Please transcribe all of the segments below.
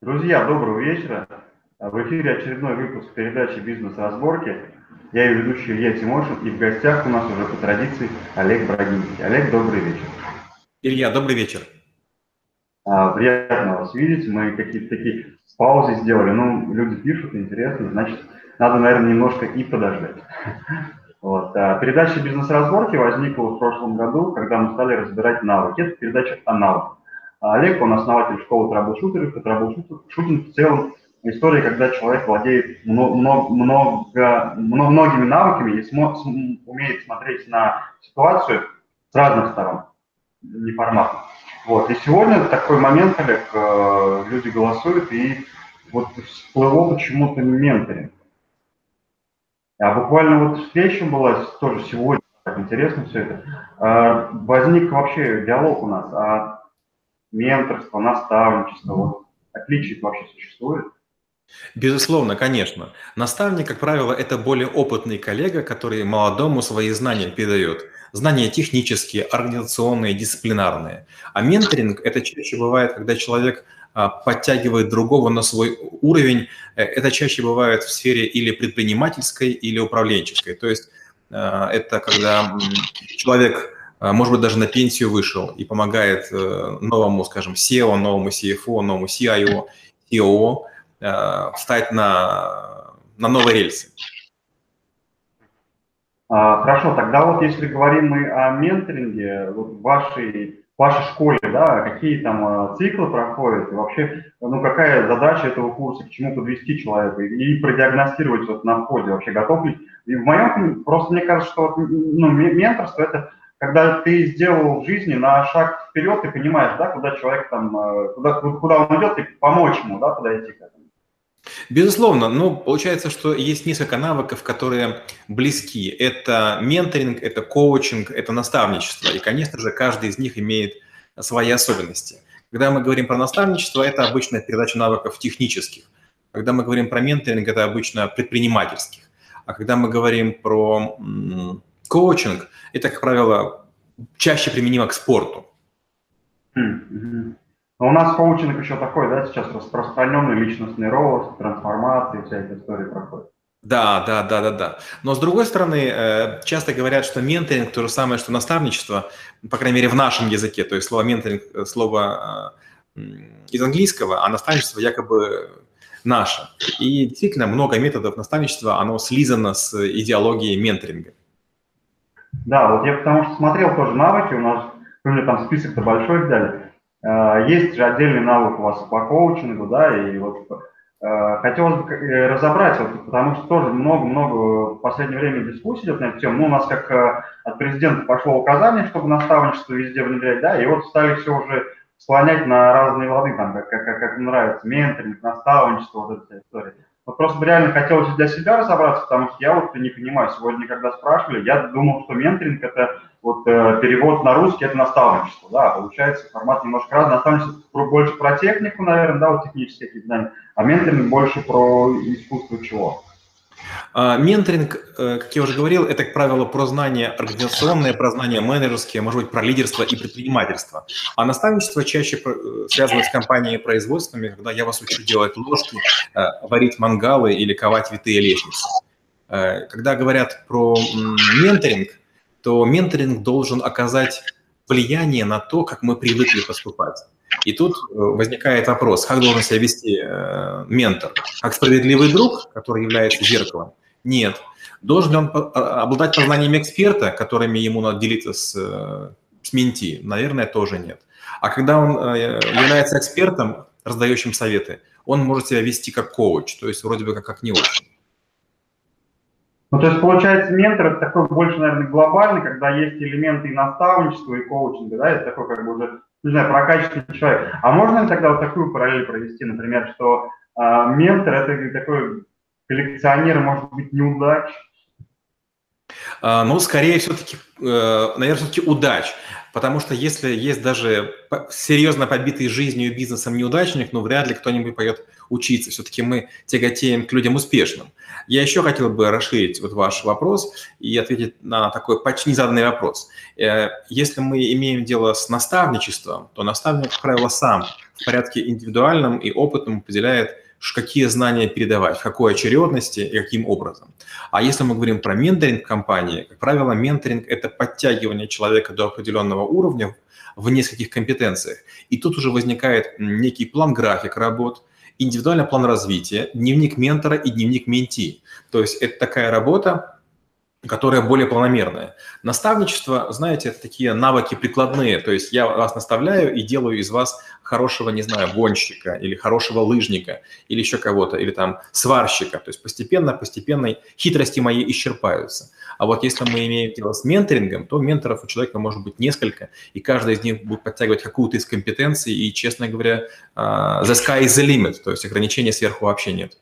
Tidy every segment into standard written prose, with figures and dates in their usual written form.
Друзья, доброго вечера. В эфире очередной выпуск передачи «Бизнес-разборки». Я ее ведущий Илья Тимошин, и в гостях у нас уже по традиции Олег Брагинский. Олег, добрый вечер. Илья, добрый вечер. Приятно вас видеть. Мы какие-то такие паузы сделали. Ну, люди пишут, интересно, значит, надо, наверное, немножко и подождать. Вот. Передача «Бизнес-разборки» возникла в прошлом году, когда мы стали разбирать навыки. Это передача о навыках. Олег, он основатель школы траблшутеров, и траблшутинг в целом история, когда человек владеет многими навыками и умеет смотреть на ситуацию с разных сторон, неформатно. Вот. И сегодня такой момент, Олег, люди голосуют, и вот всплыло почему-то менторинг. Буквально вот встреча была тоже сегодня, так интересно все это. Возник вообще диалог у нас менторство, наставничество, вот отличие вообще существует? Безусловно, конечно. Наставник, как правило, это более опытный коллега, который молодому свои знания передает. Знания технические, организационные, дисциплинарные. А менторинг – это чаще бывает, когда человек подтягивает другого на свой уровень. Это чаще бывает в сфере или предпринимательской, или управленческой. То есть это когда человек, может быть, даже на пенсию вышел и помогает новому, скажем, SEO, новому CFO, новому CIO, COO встать на новые рельсы. Хорошо, тогда вот если говорим мы о менторинге, вот в вашей школе, да, какие там циклы проходят, и вообще, ну, какая задача этого курса, к чему подвести человека и продиагностировать вот на входе, вообще готов ли? И в моем, просто мне кажется, что менторство – это когда ты сделал в жизни на шаг вперед, ты понимаешь, да, куда человек там, куда он идет, и помочь ему, да, подойти к этому. Безусловно, но получается, что есть несколько навыков, которые близки. Это менторинг, это коучинг, это наставничество. И, конечно же, каждый из них имеет свои особенности. Когда мы говорим про наставничество, это обычно передача навыков технических. Когда мы говорим про менторинг, это обычно предпринимательских. А когда мы говорим про коучинг, это, как правило, чаще применимо к спорту. Но у нас коучинг еще такой, да, сейчас распространенный личностный рост, трансформация, вся эта история проходит. Да. Но с другой стороны, часто говорят, что менторинг то же самое, что наставничество, по крайней мере, в нашем языке. То есть слово менторинг – слово из английского, а наставничество якобы наше. И действительно много методов наставничества, оно слизано с идеологией менторинга. Да, вот я потому что смотрел тоже навыки, у нас, помню, там список-то большой взяли. Есть же отдельный навык у вас по коучингу, да, и вот хотелось бы разобрать, вот, потому что тоже много в последнее время дискуссий идет на эту тему. Ну, у нас как от президента пошло указание, чтобы наставничество везде внедрять, да, и вот стали все уже склонять на разные лады, там, как нравится, менторинг, наставничество, вот эта история. Вот просто реально хотелось для себя разобраться, потому что я вот не понимаю, сегодня, когда спрашивали, я думал, что менторинг – это вот перевод на русский – это наставничество, да, получается формат немножко разный. Наставничество больше про технику, наверное, да, вот технические какие-то знания, а менторинг больше про искусство чего? Менторинг, как я уже говорил, это, как правило, про знания организационные, про знания менеджерские, может быть, про лидерство и предпринимательство. А наставничество чаще связано с компаниями производственными, когда я вас учу делать ложки, варить мангалы или ковать витые лестницы. Когда говорят про менторинг, то менторинг должен оказать влияние на то, как мы привыкли поступать. И тут возникает вопрос, как должен себя вести ментор? Как справедливый друг, который является зеркалом? Нет. Должен ли он обладать познаниями эксперта, которыми ему надо делиться с менти? Наверное, тоже нет. А когда он является экспертом, раздающим советы, он может себя вести как коуч, то есть вроде бы как не очень. Ну, то есть, получается, ментор – это такой больше, наверное, глобальный, когда есть элементы и наставничества, и коучинга, да, это такой как бы уже, не знаю, прокачанный человек. А можно ли тогда вот такую параллель провести, например, что ментор – это такой коллекционер, может быть, неудач? Ну, скорее все-таки, наверное, все-таки удач. Потому что если есть даже серьезно побитый жизнью и бизнесом неудачник, ну, вряд ли кто-нибудь пойдет учиться. Все-таки мы тяготеем к людям успешным. Я еще хотел бы расширить вот ваш вопрос и ответить на такой почти незаданный вопрос. Если мы имеем дело с наставничеством, то наставник, как правило, сам в порядке индивидуальном и опытном определяет, какие знания передавать, в какой очередности и каким образом. А если мы говорим про менторинг в компании, как правило, менторинг – это подтягивание человека до определенного уровня в нескольких компетенциях. И тут уже возникает некий план-график работ, индивидуальный план развития, дневник ментора и дневник менти. То есть это такая работа, которая более планомерная. Наставничество, знаете, это такие навыки прикладные. То есть я вас наставляю и делаю из вас хорошего, не знаю, гонщика или хорошего лыжника или еще кого-то, или там сварщика. То есть постепенно хитрости мои исчерпаются. А вот если мы имеем дело с менторингом, то менторов у человека может быть несколько, и каждый из них будет подтягивать какую-то из компетенций, и, честно говоря, the sky is the limit, то есть ограничения сверху вообще нет.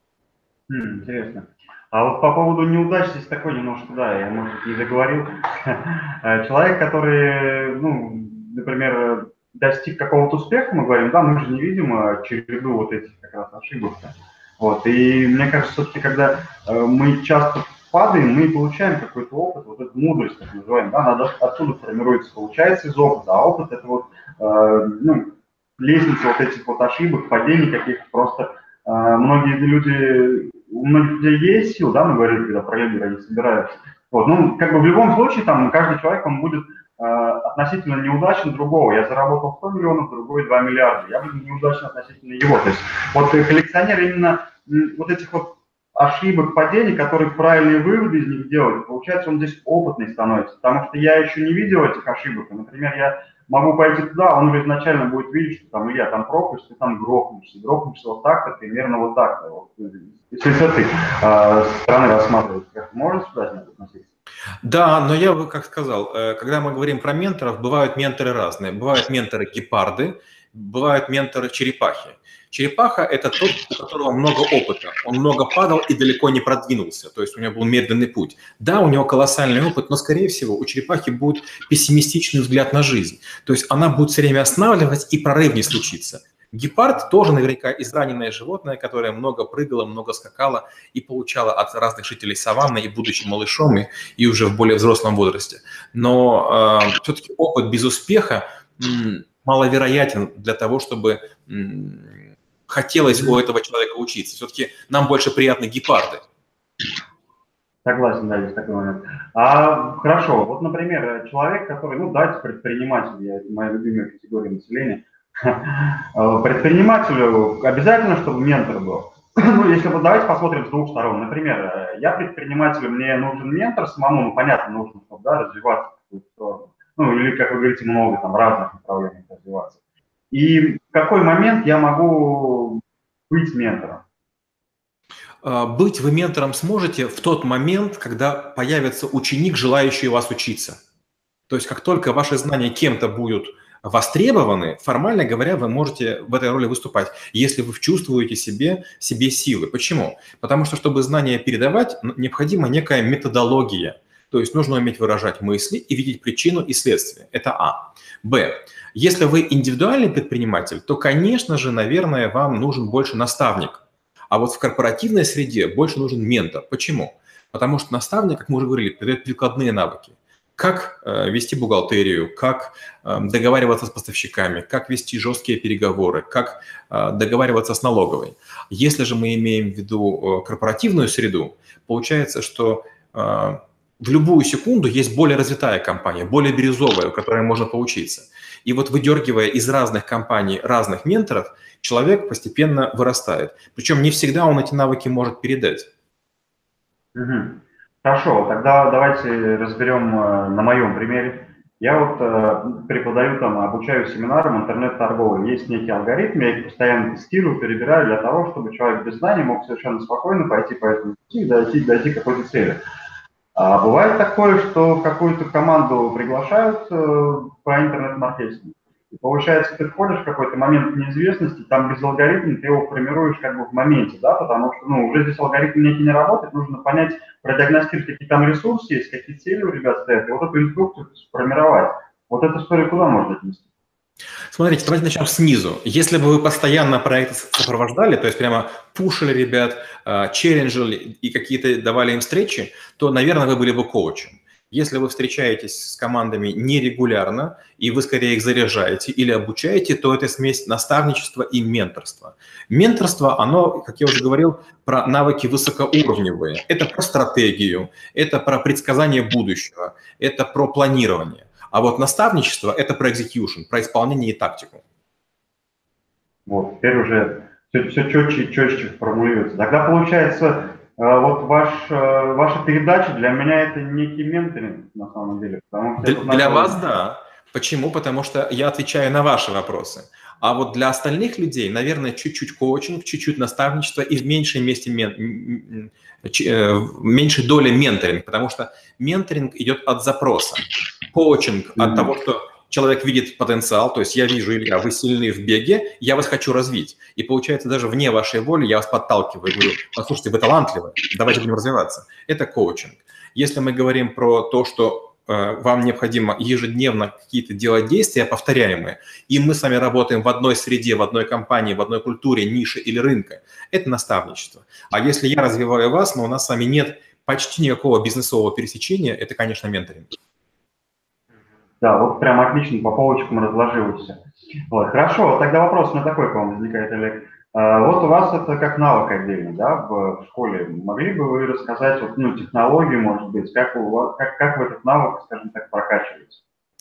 Интересно. А вот по поводу неудач здесь такой немножко, да, я, может быть, не договорил. Человек, который, ну, например, достиг какого-то успеха, мы говорим, да, мы же не видим череду вот этих как раз ошибок. Вот, и мне кажется, все-таки, когда мы часто падаем, мы получаем какой-то опыт, вот эту мудрость, так называемую, да, она отсюда формируется, получается из опыта, а опыт это вот, ну, лестница вот этих вот ошибок, падений каких-то, просто многие люди, у многих людей есть сил, да, мы говорили, когда про лидера они собираются. Вот, ну, как бы в любом случае, там, каждый человек, он будет относительно неудачен другого. Я заработал 100 миллионов, другой 2 миллиарда. Я буду неудачен относительно его. То есть вот коллекционер именно вот этих вот ошибок, падений, которые правильные выводы из них делают, получается, он здесь опытный становится, потому что я еще не видел этих ошибок. И, например, я могу пойти туда, он уже изначально будет видеть, что там, Илья, там пробуешь, ты там грохнешься вот так-то, примерно вот так-то. Вот. Если с этой стороны рассматривать, как можно сюда относиться? Да, но я бы, как сказал, когда мы говорим про менторов, бывают менторы разные. Бывают менторы-гепарды, бывают менторы-черепахи. Черепаха – это тот, у которого много опыта. Он много падал и далеко не продвинулся. То есть у него был медленный путь. Да, у него колоссальный опыт, но, скорее всего, у черепахи будет пессимистичный взгляд на жизнь. То есть она будет все время останавливать, и прорыв не случится. Гепард тоже наверняка израненное животное, которое много прыгало, много скакало и получало от разных жителей саванны, и будучи малышом, и уже в более взрослом возрасте. Но все-таки опыт без успеха маловероятен для того, чтобы хотелось у этого человека учиться. Все-таки нам больше приятны гепарды. Согласен, да, есть такой момент. Хорошо, вот, например, человек, который, ну, давайте предприниматель, это моя любимая категория населения, предпринимателю обязательно, чтобы ментор был. Ну, если вот давайте посмотрим с двух сторон. Например, я предприниматель, мне нужен ментор самому, ну, понятно, нужно, чтобы, да, развиваться в какую-то сторону. Ну, или, как вы говорите, много там разных направлений развиваться. И в какой момент я могу быть ментором? Быть вы ментором сможете в тот момент, когда появится ученик, желающий у вас учиться. То есть как только ваши знания кем-то будут востребованы, формально говоря, вы можете в этой роли выступать, если вы чувствуете себе силы. Почему? Потому что, чтобы знания передавать, необходима некая методология. То есть нужно уметь выражать мысли и видеть причину и следствие. Это А. Б. Если вы индивидуальный предприниматель, то, конечно же, наверное, вам нужен больше наставник. А вот в корпоративной среде больше нужен ментор. Почему? Потому что наставник, как мы уже говорили, передает прикладные навыки. Как вести бухгалтерию, как договариваться с поставщиками, как вести жесткие переговоры, как договариваться с налоговой. Если же мы имеем в виду корпоративную среду, получается, что в любую секунду есть более развитая компания, более бирюзовая, у которой можно поучиться. И вот выдергивая из разных компаний разных менторов, человек постепенно вырастает. Причем не всегда он эти навыки может передать. Угу. Хорошо, тогда давайте разберем на моем примере. Я вот преподаю там, обучаю семинарам интернет-торговли. Есть некий алгоритм, я их постоянно тестирую, перебираю для того, чтобы человек без знаний мог совершенно спокойно пойти по этому пути и дойти к какой-то цели. А бывает такое, что какую-то команду приглашают по интернет-маркетингу. И получается, ты входишь в какой-то момент неизвестности, там без алгоритма ты его формируешь как бы в моменте, да, потому что, ну, уже здесь алгоритм некий не работает, нужно понять, продиагностировать, какие там ресурсы есть, какие цели у ребят стоят, и вот эту инструкцию сформировать. Вот эту историю куда можно отнести? Смотрите, давайте начнем снизу. Если бы вы постоянно проект сопровождали, то есть прямо пушили ребят, челленджили и какие-то давали им встречи, то, наверное, вы были бы коучем. Если вы встречаетесь с командами нерегулярно, и вы скорее их заряжаете или обучаете, то это смесь наставничества и менторства. Менторство, оно, как я уже говорил, про навыки высокоуровневые. Это про стратегию, это про предсказание будущего, это про планирование. А вот наставничество – это про execution, про исполнение и тактику. Вот, теперь уже все четче и четче формулируется. Тогда получается, вот ваша передача для меня это некий менторинг на самом деле. Для вас, да. Почему? Потому что я отвечаю на ваши вопросы. А вот для остальных людей, наверное, чуть-чуть коучинг, чуть-чуть наставничество и в меньшей доле менторинг, потому что менторинг идет от запроса. Коучинг от того, что человек видит потенциал, то есть я вижу, Илья, вы сильны в беге, я вас хочу развить. И получается, даже вне вашей воли я вас подталкиваю, говорю, послушайте, вы талантливы, давайте будем развиваться. Это коучинг. Если мы говорим про то, что вам необходимо ежедневно какие-то делать действия повторяемые, и мы с вами работаем в одной среде, в одной компании, в одной культуре, нише или рынка, это наставничество. А если я развиваю вас, но у нас с вами нет почти никакого бизнесового пересечения, это, конечно, менторинг. Да, вот прям отлично, по полочкам разложилось все. Вот, хорошо, тогда вопрос у меня такой к вам возникает, Олег. Вот у вас это как навык отдельно, да, в школе. Могли бы вы рассказать, вот, ну, технологии, может быть, как вы этот навык, скажем так, прокачиваете?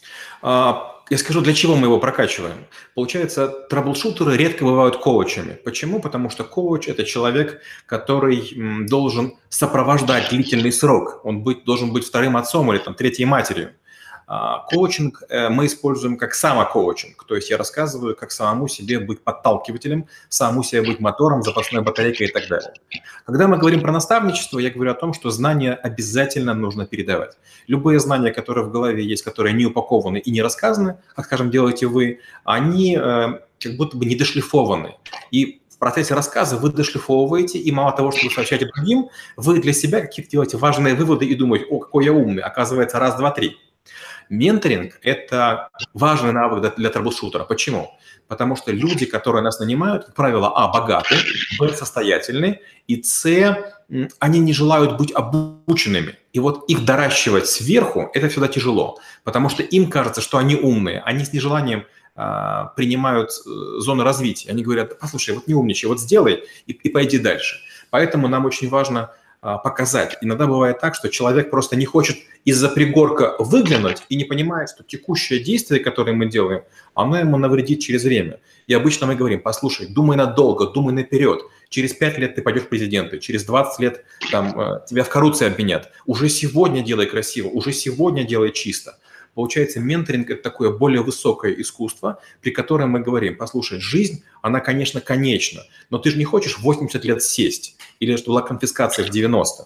Я скажу, для чего мы его прокачиваем. Получается, трэблшутеры редко бывают коучами. Почему? Потому что коуч – это человек, который должен сопровождать длительный срок. Он должен быть вторым отцом или там, третьей матерью. Коучинг мы используем как самокоучинг, то есть я рассказываю, как самому себе быть подталкивателем, самому себе быть мотором, запасной батарейкой и так далее. Когда мы говорим про наставничество, я говорю о том, что знания обязательно нужно передавать. Любые знания, которые в голове есть, которые не упакованы и не рассказаны, как, скажем, делаете вы, они как будто бы недошлифованы. И в процессе рассказа вы дошлифовываете, и мало того, что вы сообщаете другим, вы для себя какие-то делаете важные выводы и думаете, о, какой я умный, оказывается, раз, два, три. Менторинг – это важный навык для трэблшутера. Почему? Потому что люди, которые нас нанимают, как правило, богаты, состоятельны, и они не желают быть обученными. И вот их доращивать сверху – это всегда тяжело, потому что им кажется, что они умные. Они с нежеланием принимают зону развития. Они говорят, послушай, вот не умничай, вот сделай и пойди дальше. Поэтому нам очень важно показать. Иногда бывает так, что человек просто не хочет из-за пригорка выглянуть и не понимает, что текущее действие, которое мы делаем, оно ему навредит через время. И обычно мы говорим, послушай, думай надолго, думай наперед. Через 5 лет ты пойдешь в президенты, через 20 лет тебя в коррупции обвинят. Уже сегодня делай красиво, уже сегодня делай чисто. Получается, менторинг – это такое более высокое искусство, при котором мы говорим, послушай, жизнь, она, конечно, конечна, но ты же не хочешь 80 лет сесть, или что была конфискация в 90.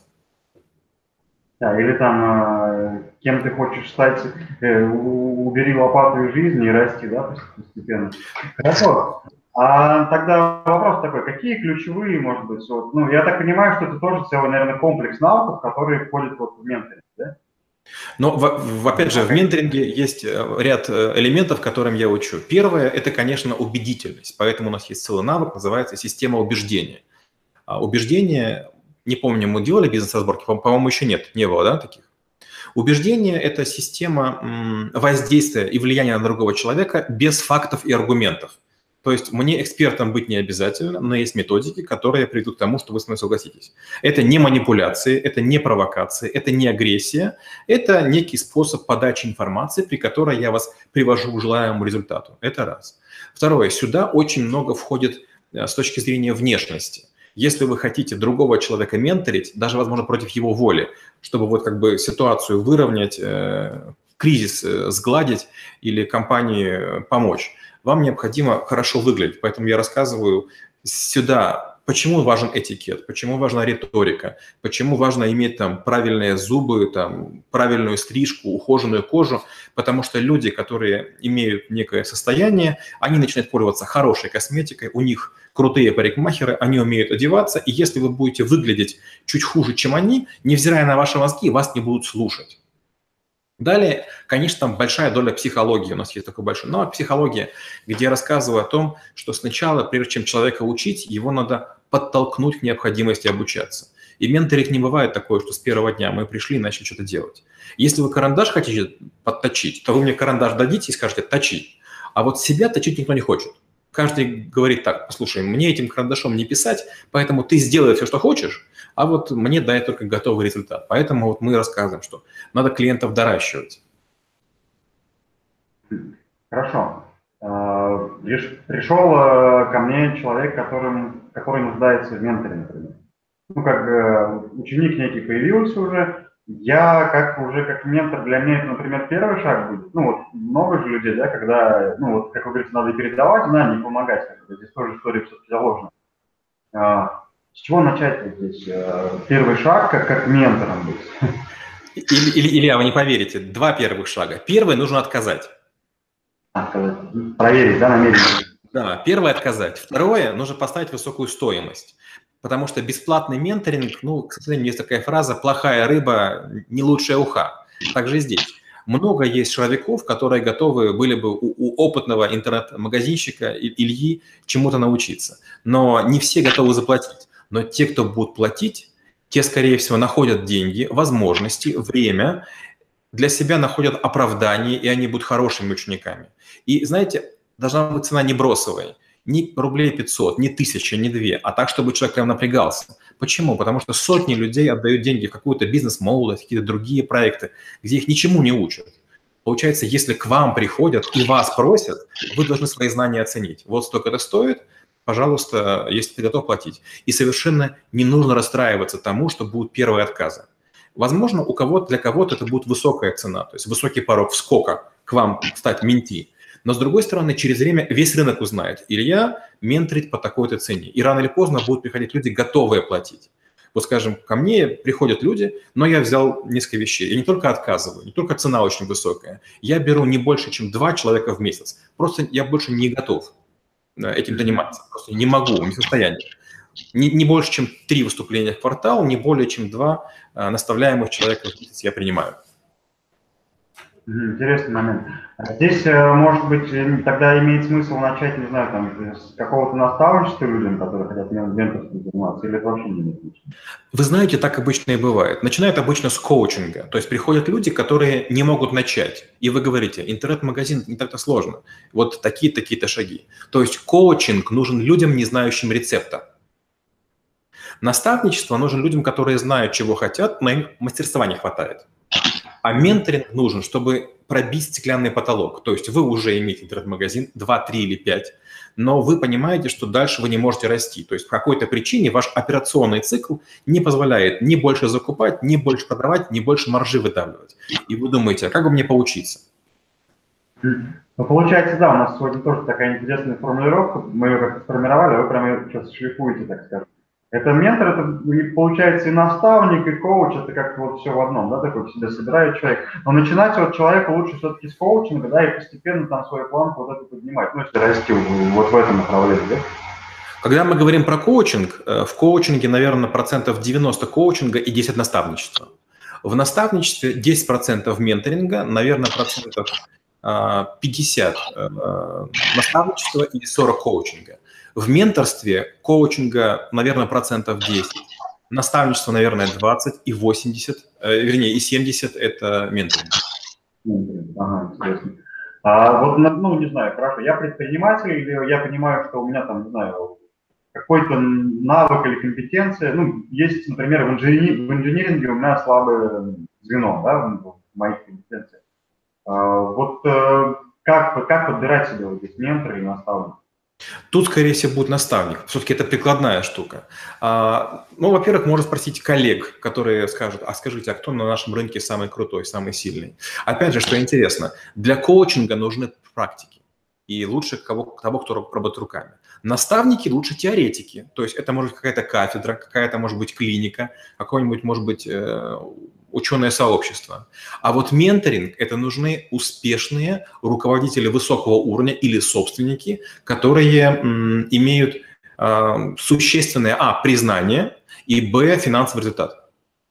Да, или там, кем ты хочешь стать, убери лопату из жизни и расти, да, постепенно. Хорошо. А тогда вопрос такой, какие ключевые, может быть, вот, ну, я так понимаю, что это тоже целый, наверное, комплекс навыков, которые входят вот в менторинг, да? Но, опять же, в менторинге есть ряд элементов, которым я учу. Первое – это, конечно, убедительность. Поэтому у нас есть целый навык, называется система убеждения. Убеждение, не помню, мы делали бизнес-разборки, по-моему, еще не было, да, таких? Убеждение – это система воздействия и влияния на другого человека без фактов и аргументов. То есть мне экспертом быть не обязательно, но есть методики, которые приведут к тому, что вы со мной согласитесь. Это не манипуляции, это не провокации, это не агрессия, это некий способ подачи информации, при которой я вас привожу к желаемому результату. Это раз. Второе, сюда очень много входит с точки зрения внешности. Если вы хотите другого человека менторить, даже, возможно, против его воли, чтобы вот как бы ситуацию выровнять, кризис сгладить или компании помочь, вам необходимо хорошо выглядеть. Поэтому я рассказываю сюда, почему важен этикет, почему важна риторика, почему важно иметь там правильные зубы, там, правильную стрижку, ухоженную кожу, потому что люди, которые имеют некое состояние, они начинают пользоваться хорошей косметикой, у них крутые парикмахеры, они умеют одеваться, и если вы будете выглядеть чуть хуже, чем они, невзирая на ваши мозги, вас не будут слушать. Далее, конечно, там большая доля психологии, у нас есть такой большой навык психология, где я рассказываю о том, что сначала, прежде чем человека учить, его надо подтолкнуть к необходимости обучаться. И менторить не бывает такое, что с первого дня мы пришли и начали что-то делать. Если вы карандаш хотите подточить, то вы мне карандаш дадите и скажете «точи». А вот себя точить никто не хочет. Каждый говорит так: послушай, мне этим карандашом не писать, поэтому ты сделай все, что хочешь, а вот мне дай только готовый результат. Поэтому вот мы рассказываем, что надо клиентов доращивать. Хорошо. Пришел ко мне человек, который нуждается в менторе, например. Ну, как ученик некий появился уже, я как ментор, для меня это, например, первый шаг будет. Ну, вот много же людей, да, когда, ну, вот, как вы говорите, надо и передавать знания, и помогать. Здесь тоже история все-таки заложена. С чего начать вот здесь? Первый шаг, как ментором быть? Илья, вы не поверите, два первых шага. Первый — нужно отказать. Проверить, да, намерение. Да, первое — отказать. Второе — нужно поставить высокую стоимость. Потому что бесплатный менторинг, ну, к сожалению, есть такая фраза «плохая рыба, не лучшая уха». Также здесь. Много есть шаровиков, которые готовы были бы у опытного интернет-магазинщика Ильи чему-то научиться. Но не все готовы заплатить. Но те, кто будут платить, те, скорее всего, находят деньги, возможности, время, для себя находят оправдание, и они будут хорошими учениками. И, знаете, должна быть цена не бросовой. Не рублей 500, не 1000, не 2, а так, чтобы человек прям напрягался. Почему? Потому что сотни людей отдают деньги в какую-то бизнес-молодость, какие-то другие проекты, где их ничему не учат. Получается, если к вам приходят и вас просят, вы должны свои знания оценить. Вот столько это стоит, пожалуйста, если ты готов платить. И совершенно не нужно расстраиваться тому, что будут первые отказы. Возможно, для кого-то это будет высокая цена, то есть высокий порог вскока к вам стать менти. Но, с другой стороны, через время весь рынок узнает: Илья менторит по такой-то цене. И рано или поздно будут приходить люди, готовые платить. Вот, скажем, ко мне приходят люди, но я взял несколько вещей. Я не только отказываю, не только цена очень высокая. Я беру не больше, чем 2 человека в месяц. Просто я больше не готов этим заниматься. Просто не могу, не в состоянии. Не больше, чем 3 выступления в квартал, не более, чем 2 наставляемых человека в месяц я принимаю. Интересный момент. Здесь, может быть, тогда имеет смысл начать, не знаю, там, с какого-то наставничества людям, которые хотят менторством заниматься, или это вообще не имеет смысла? Вы знаете, так обычно и бывает. Начинают обычно с коучинга. То есть приходят люди, которые не могут начать. И вы говорите: интернет-магазин не так-то сложно. Вот такие-то шаги. То есть коучинг нужен людям, не знающим рецепта. Наставничество нужен людям, которые знают, чего хотят, но им мастерства не хватает. А менторинг нужен, чтобы пробить стеклянный потолок. То есть вы уже имеете интернет-магазин 2, 3 или 5, но вы понимаете, что дальше вы не можете расти. То есть по какой-то причине ваш операционный цикл не позволяет ни больше закупать, ни больше продавать, ни больше маржи выдавливать. И вы думаете: а как бы мне поучиться? Ну, получается, да, у нас сегодня тоже такая интересная формулировка. Мы ее как-то сформировали, а вы прямо ее сейчас шлифуете, так скажем. Это ментор, это получается и наставник, и коуч, это как-то вот все в одном, да, такой в себя собирает человек. Но начинать от человека лучше все-таки с коучинга, да, и постепенно там свою планку вот эту поднимать, ну, если расти вот в этом направлении, да. Когда мы говорим про коучинг, в коучинге, наверное, 90% коучинга и 10% наставничества. В наставничестве 10% менторинга, наверное, 50% наставничества и 40% коучинга. В менторстве коучинга, наверное, 10%, наставничество, наверное, 20% и 80%, вернее, и 70% это менторинг. Ага, интересно. Вот, ну, не знаю, хорошо, я предприниматель, или я понимаю, что у меня там, не знаю, какой-то навык или компетенция, ну, есть, например, в инжиниринге у меня слабое звено, да, в моих компетенциях. Вот как подбирать себе вот здесь ментора или наставника? Тут, скорее всего, будет наставник. Все-таки это прикладная штука. Ну, во-первых, можно спросить коллег, которые скажут: а скажите, а кто на нашем рынке самый крутой, самый сильный? Опять же, что интересно, для коучинга нужны практики. И лучше того, кто работает руками. Наставники лучше теоретики. То есть это может быть какая-то кафедра, какая-то может быть клиника, какое-нибудь может быть ученое сообщество. А вот менторинг – это нужны успешные руководители высокого уровня или собственники, которые имеют существенное признание и финансовый результат.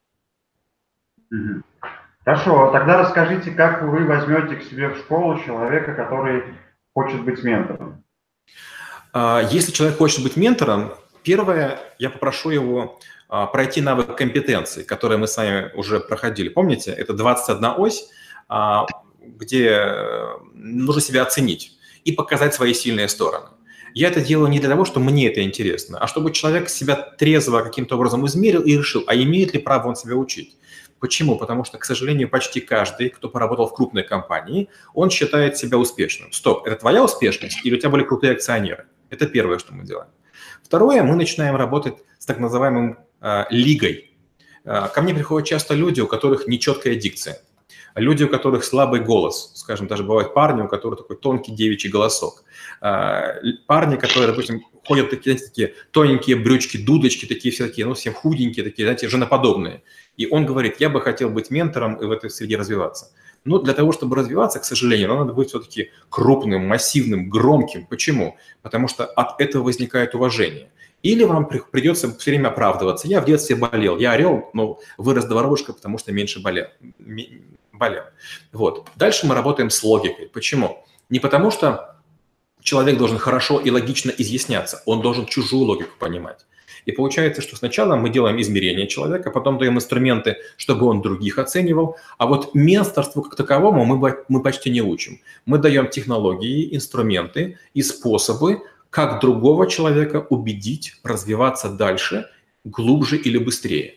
Хорошо, тогда расскажите, как вы возьмете к себе в школу человека, который хочет быть ментором? Если человек хочет быть ментором, Первое, я попрошу его пройти навык компетенции, который мы с вами уже проходили. Помните, это 21 ось, где нужно себя оценить и показать свои сильные стороны. Я это делаю не для того, что мне это интересно, а чтобы человек себя трезво каким-то образом измерил и решил, а имеет ли право он себя учить. Почему? Потому что, к сожалению, почти каждый, кто поработал в крупной компании, он считает себя успешным. Стоп, это твоя успешность или у тебя были крутые акционеры? Это первое, что мы делаем. Второе, мы начинаем работать с так называемым лигой. Ко мне приходят часто люди, у которых нечеткая дикция, люди, у которых слабый голос, скажем, даже бывают парни, у которых такой тонкий девичий голосок, парни, которые, допустим, ходят такие тоненькие брючки, дудочки, такие все такие, ну, совсем худенькие, такие, знаете, женоподобные. И он говорит, я бы хотел быть ментором и в этой среде развиваться. Но для того, чтобы развиваться, к сожалению, надо быть все-таки крупным, массивным, громким. Почему? Потому что от этого возникает уважение. Или вам придется все время оправдываться. Я в детстве болел, я орел, но вырос до воробушка, потому что меньше болел. Вот. Дальше мы работаем с логикой. Почему? Не потому что человек должен хорошо и логично изъясняться, он должен чужую логику понимать. И получается, что сначала мы делаем измерение человека, потом даем инструменты, чтобы он других оценивал, а вот менторству как таковому мы почти не учим. Мы даем технологии, инструменты и способы, как другого человека убедить развиваться дальше, глубже или быстрее.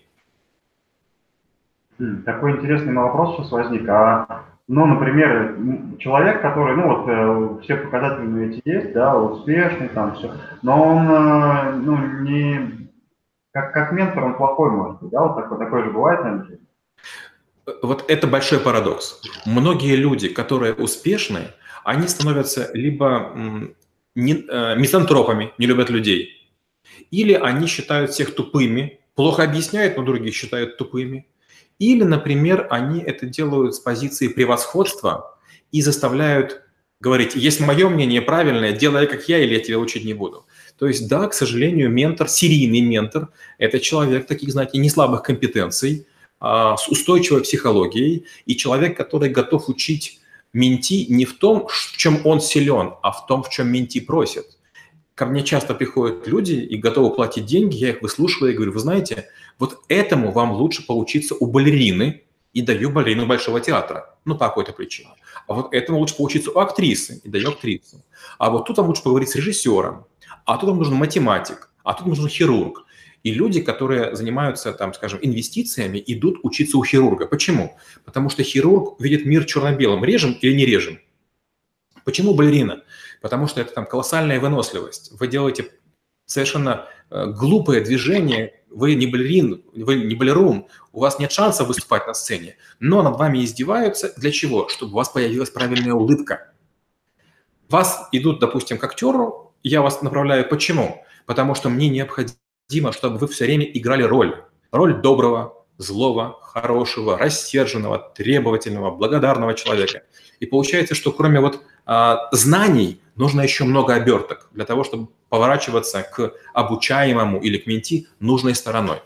Такой интересный вопрос сейчас возник. Ну, например, человек, который, ну, вот все показатели эти есть, да, успешный, там все, но он, ну, не, как ментор он плохой может быть, да, вот такой же бывает, наверное? Вот это большой парадокс. Многие люди, которые успешны, они становятся либо мизантропами, не любят людей, или они считают всех тупыми, плохо объясняют, но других считают тупыми. Или, например, они это делают с позиции превосходства и заставляют говорить, есть мое мнение правильное, делай как я, или я тебя учить не буду. То есть, да, к сожалению, ментор, серийный ментор – это человек таких, знаете, не слабых компетенций, с устойчивой психологией, и человек, который готов учить менти не в том, в чем он силен, а в том, в чем менти просит. Ко мне часто приходят люди и готовы платить деньги, я их выслушиваю и говорю, вы знаете, вот этому вам лучше поучиться у балерины, и даю балерину Большого театра, ну, по какой-то причине. А вот этому лучше поучиться у актрисы, и даю актрису. А вот тут вам лучше поговорить с режиссером, а тут вам нужен математик, а тут нужен хирург. И люди, которые занимаются, там, скажем, инвестициями, идут учиться у хирурга. Почему? Потому что хирург видит мир черно-белым, режем или не режем. Почему балерина? Потому что это там колоссальная выносливость. Вы делаете совершенно глупое движение, вы не балерин, вы не балерун, у вас нет шанса выступать на сцене, но над вами издеваются. Для чего? Чтобы у вас появилась правильная улыбка. Вас идут, допустим, к актеру, я вас направляю. Почему? Потому что мне необходимо, чтобы вы все время играли роль. Роль доброго, злого, хорошего, рассерженного, требовательного, благодарного человека. И получается, что кроме вот знаний нужно еще много оберток для того, чтобы поворачиваться к обучаемому или к менти нужной стороной.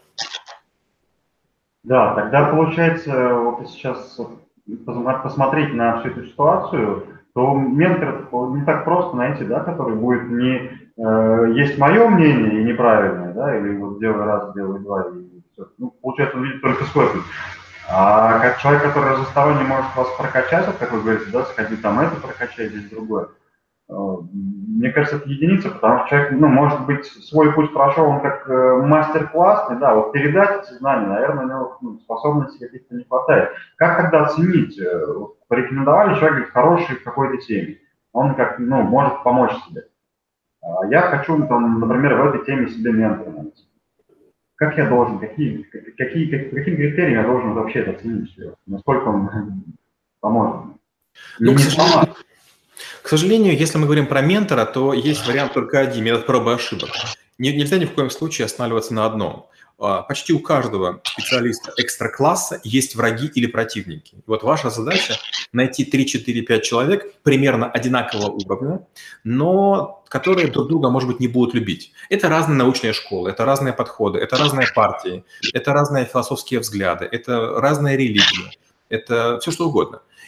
Да, тогда получается, вот сейчас посмотреть на всю эту ситуацию, то ментор не так просто найти, да, который будет не есть мое мнение и неправильное, да, или вот делай раз, делай два, и все. Ну, получается, он видит только свой путь. А как человек, который разносторонне может вас прокачать, вот как вы говорите, да, сходи там это прокачай, здесь другое. Мне кажется, это единица, потому что человек, ну, может быть, свой путь прошел, он как мастер классный, да, вот передать эти знания, наверное, у него способностей каких-то не хватает. Как тогда оценить? Вот, порекомендовали, человек говорит, хороший в какой-то теме, он как, ну, может помочь себе. Я хочу, там, например, в этой теме себе ментора найти. Как я должен, каким критериям я должен вообще это оценить, насколько он поможет? Ну, к сожалению, если мы говорим про ментора, то есть вариант только один – метод пробы и ошибок. Нельзя ни в коем случае останавливаться на одном. Почти у каждого специалиста экстра-класса есть враги или противники. И вот ваша задача – найти 3, 4, 5 человек примерно одинакового уровня, но которые друг друга, может быть, не будут любить. Это разные научные школы, это разные подходы, это разные партии, это разные философские взгляды, это разные религии, это все что угодно.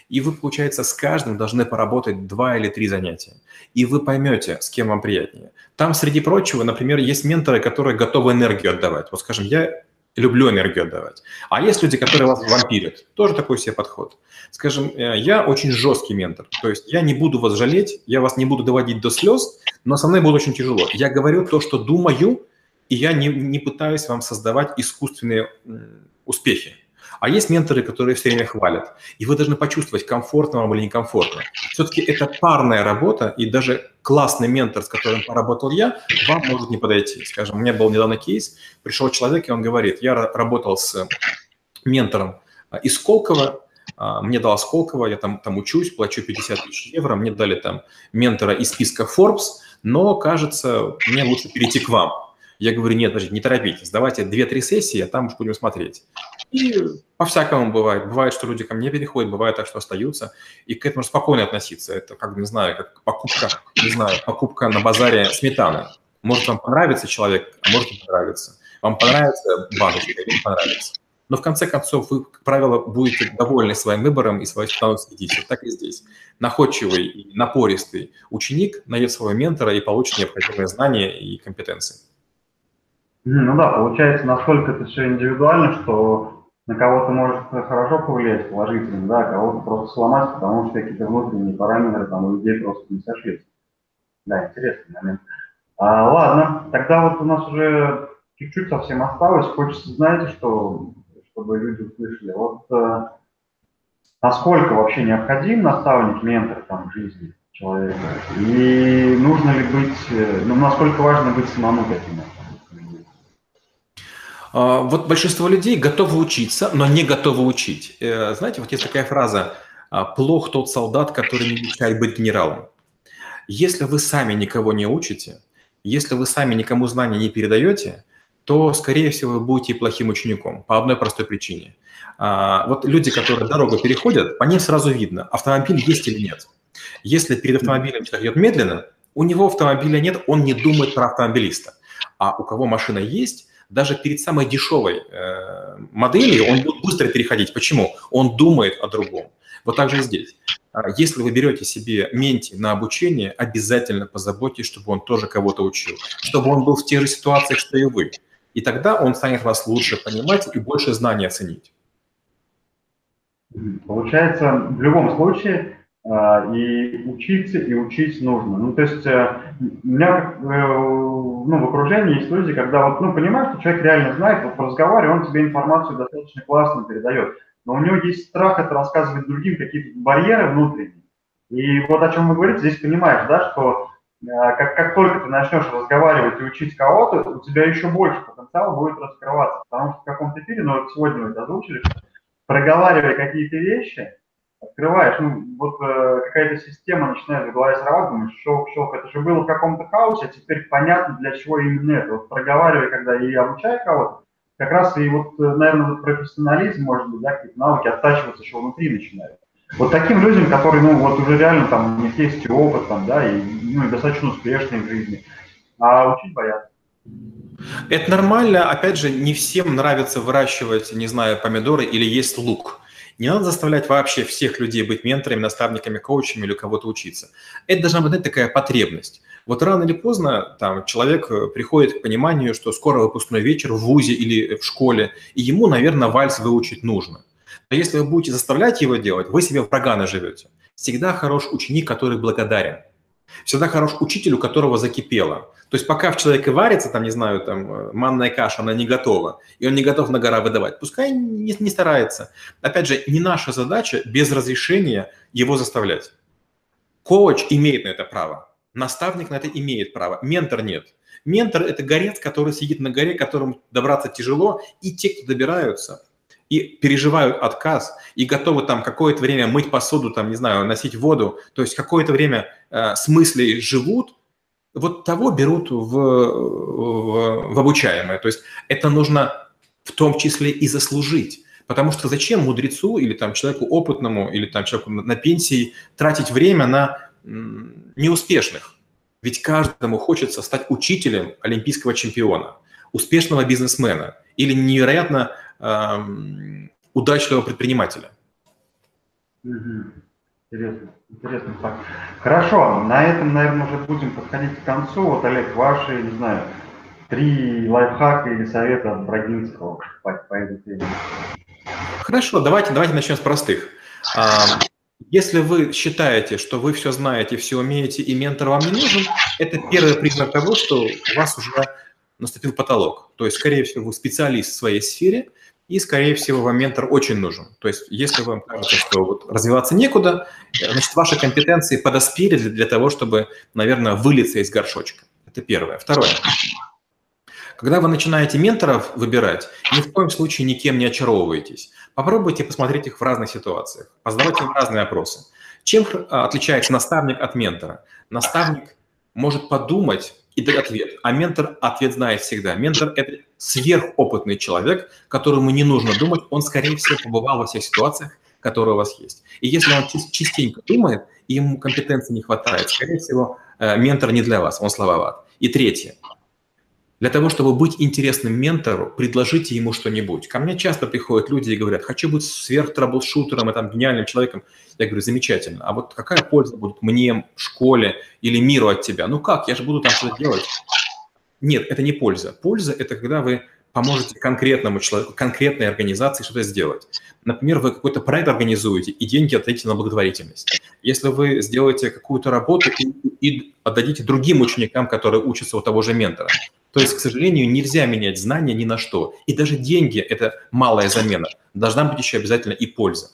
И вы, получается, с каждым должны поработать 2 или 3 занятия. И вы поймете, с кем вам приятнее. Там, среди прочего, например, есть менторы, которые готовы энергию отдавать. Вот, скажем, я люблю энергию отдавать. А есть люди, которые вас вампирят. Тоже такой себе подход. Скажем, я очень жесткий ментор. То есть я не буду вас жалеть, я вас не буду доводить до слез, но со мной будет очень тяжело. Я говорю то, что думаю, и я не пытаюсь вам создавать искусственные успехи. А есть менторы, которые все время хвалят. И вы должны почувствовать, комфортно вам или некомфортно. Все-таки это парная работа, и даже классный ментор, с которым поработал я, вам может не подойти. Скажем, у меня был недавно кейс, пришел человек, и он говорит, я работал с ментором из Сколково, мне дала Сколково, я там учусь, плачу 50 тысяч евро, мне дали там ментора из списка Forbes, но, кажется, мне лучше перейти к вам. Я говорю, нет, подождите, не торопитесь, давайте 2-3 сессии, а там уж будем смотреть. И по-всякому бывает. Бывает, что люди ко мне переходят, бывает так, что остаются. И к этому спокойно относиться. Это, как, не знаю, как покупка на базаре сметаны. Может, вам понравится человек, а может, не понравится. Вам понравится баночка или не понравится. Но в конце концов вы, как правило, будете довольны своим выбором и своей сметаной съедите. Так и здесь. Находчивый и напористый ученик найдет своего ментора и получит необходимые знания и компетенции. Ну да, получается, насколько это все индивидуально, что на кого-то может хорошо повлиять положительно, да, а кого-то просто сломать, потому что какие-то внутренние параметры там у людей просто не сошлись. Да, интересный момент. Ладно, тогда вот у нас уже чуть-чуть совсем осталось. Хочется, знаете, чтобы люди услышали. Вот насколько вообще необходим наставник, ментор там, в жизни человека? И нужно ли быть, насколько важно быть самому таким? Вот большинство людей готовы учиться, но не готовы учить. Знаете, вот есть такая фраза «плох тот солдат, который не мечтает быть генералом». Если вы сами никого не учите, если вы сами никому знания не передаете, то, скорее всего, вы будете плохим учеником по одной простой причине. Вот люди, которые дорогу переходят, по ним сразу видно, автомобиль есть или нет. Если перед автомобилем человек идет медленно, у него автомобиля нет, он не думает про автомобилиста. А у кого машина есть, даже перед самой дешевой моделью он будет быстро переходить. Почему? Он думает о другом. Вот так же и здесь. Если вы берете себе менти на обучение, обязательно позаботьтесь, чтобы он тоже кого-то учил, чтобы он был в тех же ситуациях, что и вы. И тогда он станет вас лучше понимать и больше знаний оценить. Получается, в любом случае и учиться, и учить нужно. Ну, то есть у меня в окружении есть люди, когда вот, понимаешь, что человек реально знает, вот по разговоре он тебе информацию достаточно классно передает, но у него есть страх это рассказывать другим, какие-то барьеры внутренние. И вот о чем вы говорите, здесь понимаешь, да, что как только ты начнешь разговаривать и учить кого-то, у тебя еще больше потенциала будет раскрываться. Потому что в каком-то эфире, вот сегодня вы это озвучили, проговаривая какие-то вещи, открываешь, какая-то система начинает в голове срабатывать, думаешь, щелк, это же было в каком-то хаосе, а теперь понятно, для чего именно это. Вот проговаривая, когда и обучая кого-то, как раз и наверное, профессионализм, может быть, да, какие-то навыки оттачиваться еще внутри начинают. Вот таким людям, которые, уже реально там у них есть и опыт, там, да, и достаточно успешные в жизни, а учить боятся. Это нормально. Опять же, не всем нравится выращивать, не знаю, помидоры или есть лук. Не надо заставлять вообще всех людей быть менторами, наставниками, коучами или у кого-то учиться. Это должна быть такая потребность. Вот рано или поздно там, человек приходит к пониманию, что скоро выпускной вечер в вузе или в школе, и ему, наверное, вальс выучить нужно. Но если вы будете заставлять его делать, вы себе врага наживете. Всегда хорош ученик, который благодарен. Всегда хорош учитель, у которого закипело. То есть пока в человеке варится, там, не знаю, там, манная каша, она не готова, и он не готов на гора выдавать, пускай не старается. Опять же, не наша задача без разрешения его заставлять. Коуч имеет на это право, наставник на это имеет право, ментор нет. Ментор – это горец, который сидит на горе, к которому добраться тяжело, и те, кто добираются и переживают отказ, и готовы там какое-то время мыть посуду, там, не знаю, носить воду, то есть какое-то время с мыслей живут, вот того берут в обучаемое. То есть это нужно в том числе и заслужить. Потому что зачем мудрецу или там, человеку опытному, или там, человеку на пенсии тратить время на неуспешных? Ведь каждому хочется стать учителем олимпийского чемпиона, успешного бизнесмена или невероятно удачливого предпринимателя. Мгм. Интересно, интересный факт. Хорошо, на этом, наверное, уже будем подходить к концу. Вот, Олег, ваши, не знаю, 3 лайфхака или совета от Брагинского по этой теме. Хорошо, давайте начнем с простых. Если вы считаете, что вы все знаете, все умеете, и ментор вам не нужен, это первый признак того, что у вас уже наступил потолок. То есть, скорее всего, вы специалист в своей сфере, и, скорее всего, вам ментор очень нужен. То есть, если вам кажется, что вот развиваться некуда, значит, ваши компетенции подоспели для того, чтобы, наверное, вылиться из горшочка. Это первое. Второе. Когда вы начинаете менторов выбирать, ни в коем случае никем не очаровывайтесь. Попробуйте посмотреть их в разных ситуациях, позадавайте им разные опросы. Чем отличается наставник от ментора? Наставник может подумать и дать ответ, а ментор ответ знает всегда. Ментор – это сверхопытный человек, которому не нужно думать, он, скорее всего, побывал во всех ситуациях, которые у вас есть. И если он частенько думает, и ему компетенции не хватает, скорее всего, ментор не для вас, он слабоват. И третье. Для того, чтобы быть интересным ментору, предложите ему что-нибудь. Ко мне часто приходят люди и говорят, хочу быть сверхтраблшутером и там гениальным человеком. Я говорю, замечательно. А вот какая польза будет мне, школе или миру от тебя? Ну как, я же буду там что-то делать. Нет, это не польза. Польза – это когда вы поможете конкретному человеку, конкретной организации что-то сделать. Например, вы какой-то проект организуете и деньги отдадите на благотворительность. Если вы сделаете какую-то работу и отдадите другим ученикам, которые учатся у того же ментора. То есть, к сожалению, нельзя менять знания ни на что. И даже деньги – это малая замена. Должна быть еще обязательно и польза.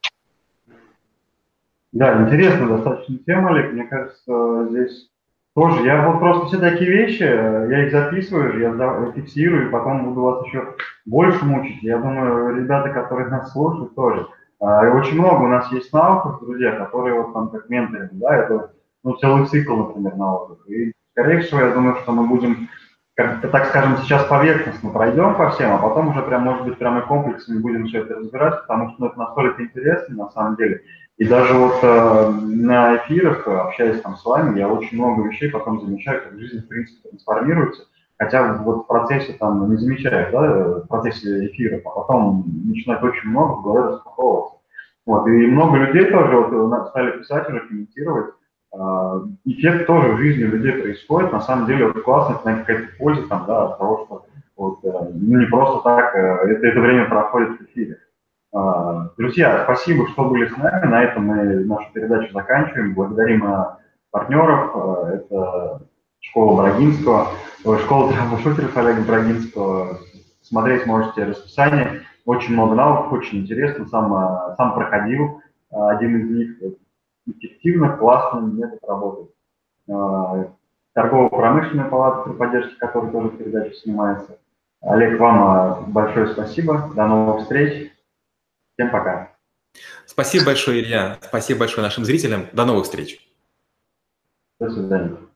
Да, интересная достаточно тема, Олег. Мне кажется, здесь тоже. Я вот просто все такие вещи, я их записываю, я фиксирую, и потом буду вас еще больше мучить. Я думаю, ребята, которые нас слушают, тоже. И очень много у нас есть навыков, друзья, которые вот там как менторинг, да, это ну, целый цикл, например, навыков. И, скорее всего, я думаю, что мы будем, как-то, так скажем, сейчас поверхностно пройдем по всем, а потом уже прям, может быть, прям и комплексно будем все это разбирать, потому что ну, это настолько интересно, на самом деле. И даже вот на эфирах, общаясь там с вами, я очень много вещей потом замечаю, как жизнь, в принципе, трансформируется. Хотя вот в процессе там не замечаешь, да, в процессе эфира, а потом начинает очень много в голове распаковываться. Вот, и много людей тоже вот, стали писать уже, комментировать. Эффект тоже в жизни людей происходит. На самом деле вот классно, это какая-то польза там, да, от того, что вот, ну, не просто так это время проходит в эфире. Друзья, спасибо, что были с нами. На этом мы нашу передачу заканчиваем. Благодарим партнеров. Это школа Брагинского, школа трэблшутеров Олега Брагинского. Смотреть можете расписание. Очень много навыков, очень интересно. Сам проходил один из них. Эффективно, классно, метод работает. Торгово-промышленная палата, при поддержке которой тоже передача снимается. Олег, вам большое спасибо. До новых встреч. Всем пока. Спасибо большое, Илья. Спасибо большое нашим зрителям. До новых встреч. До свидания.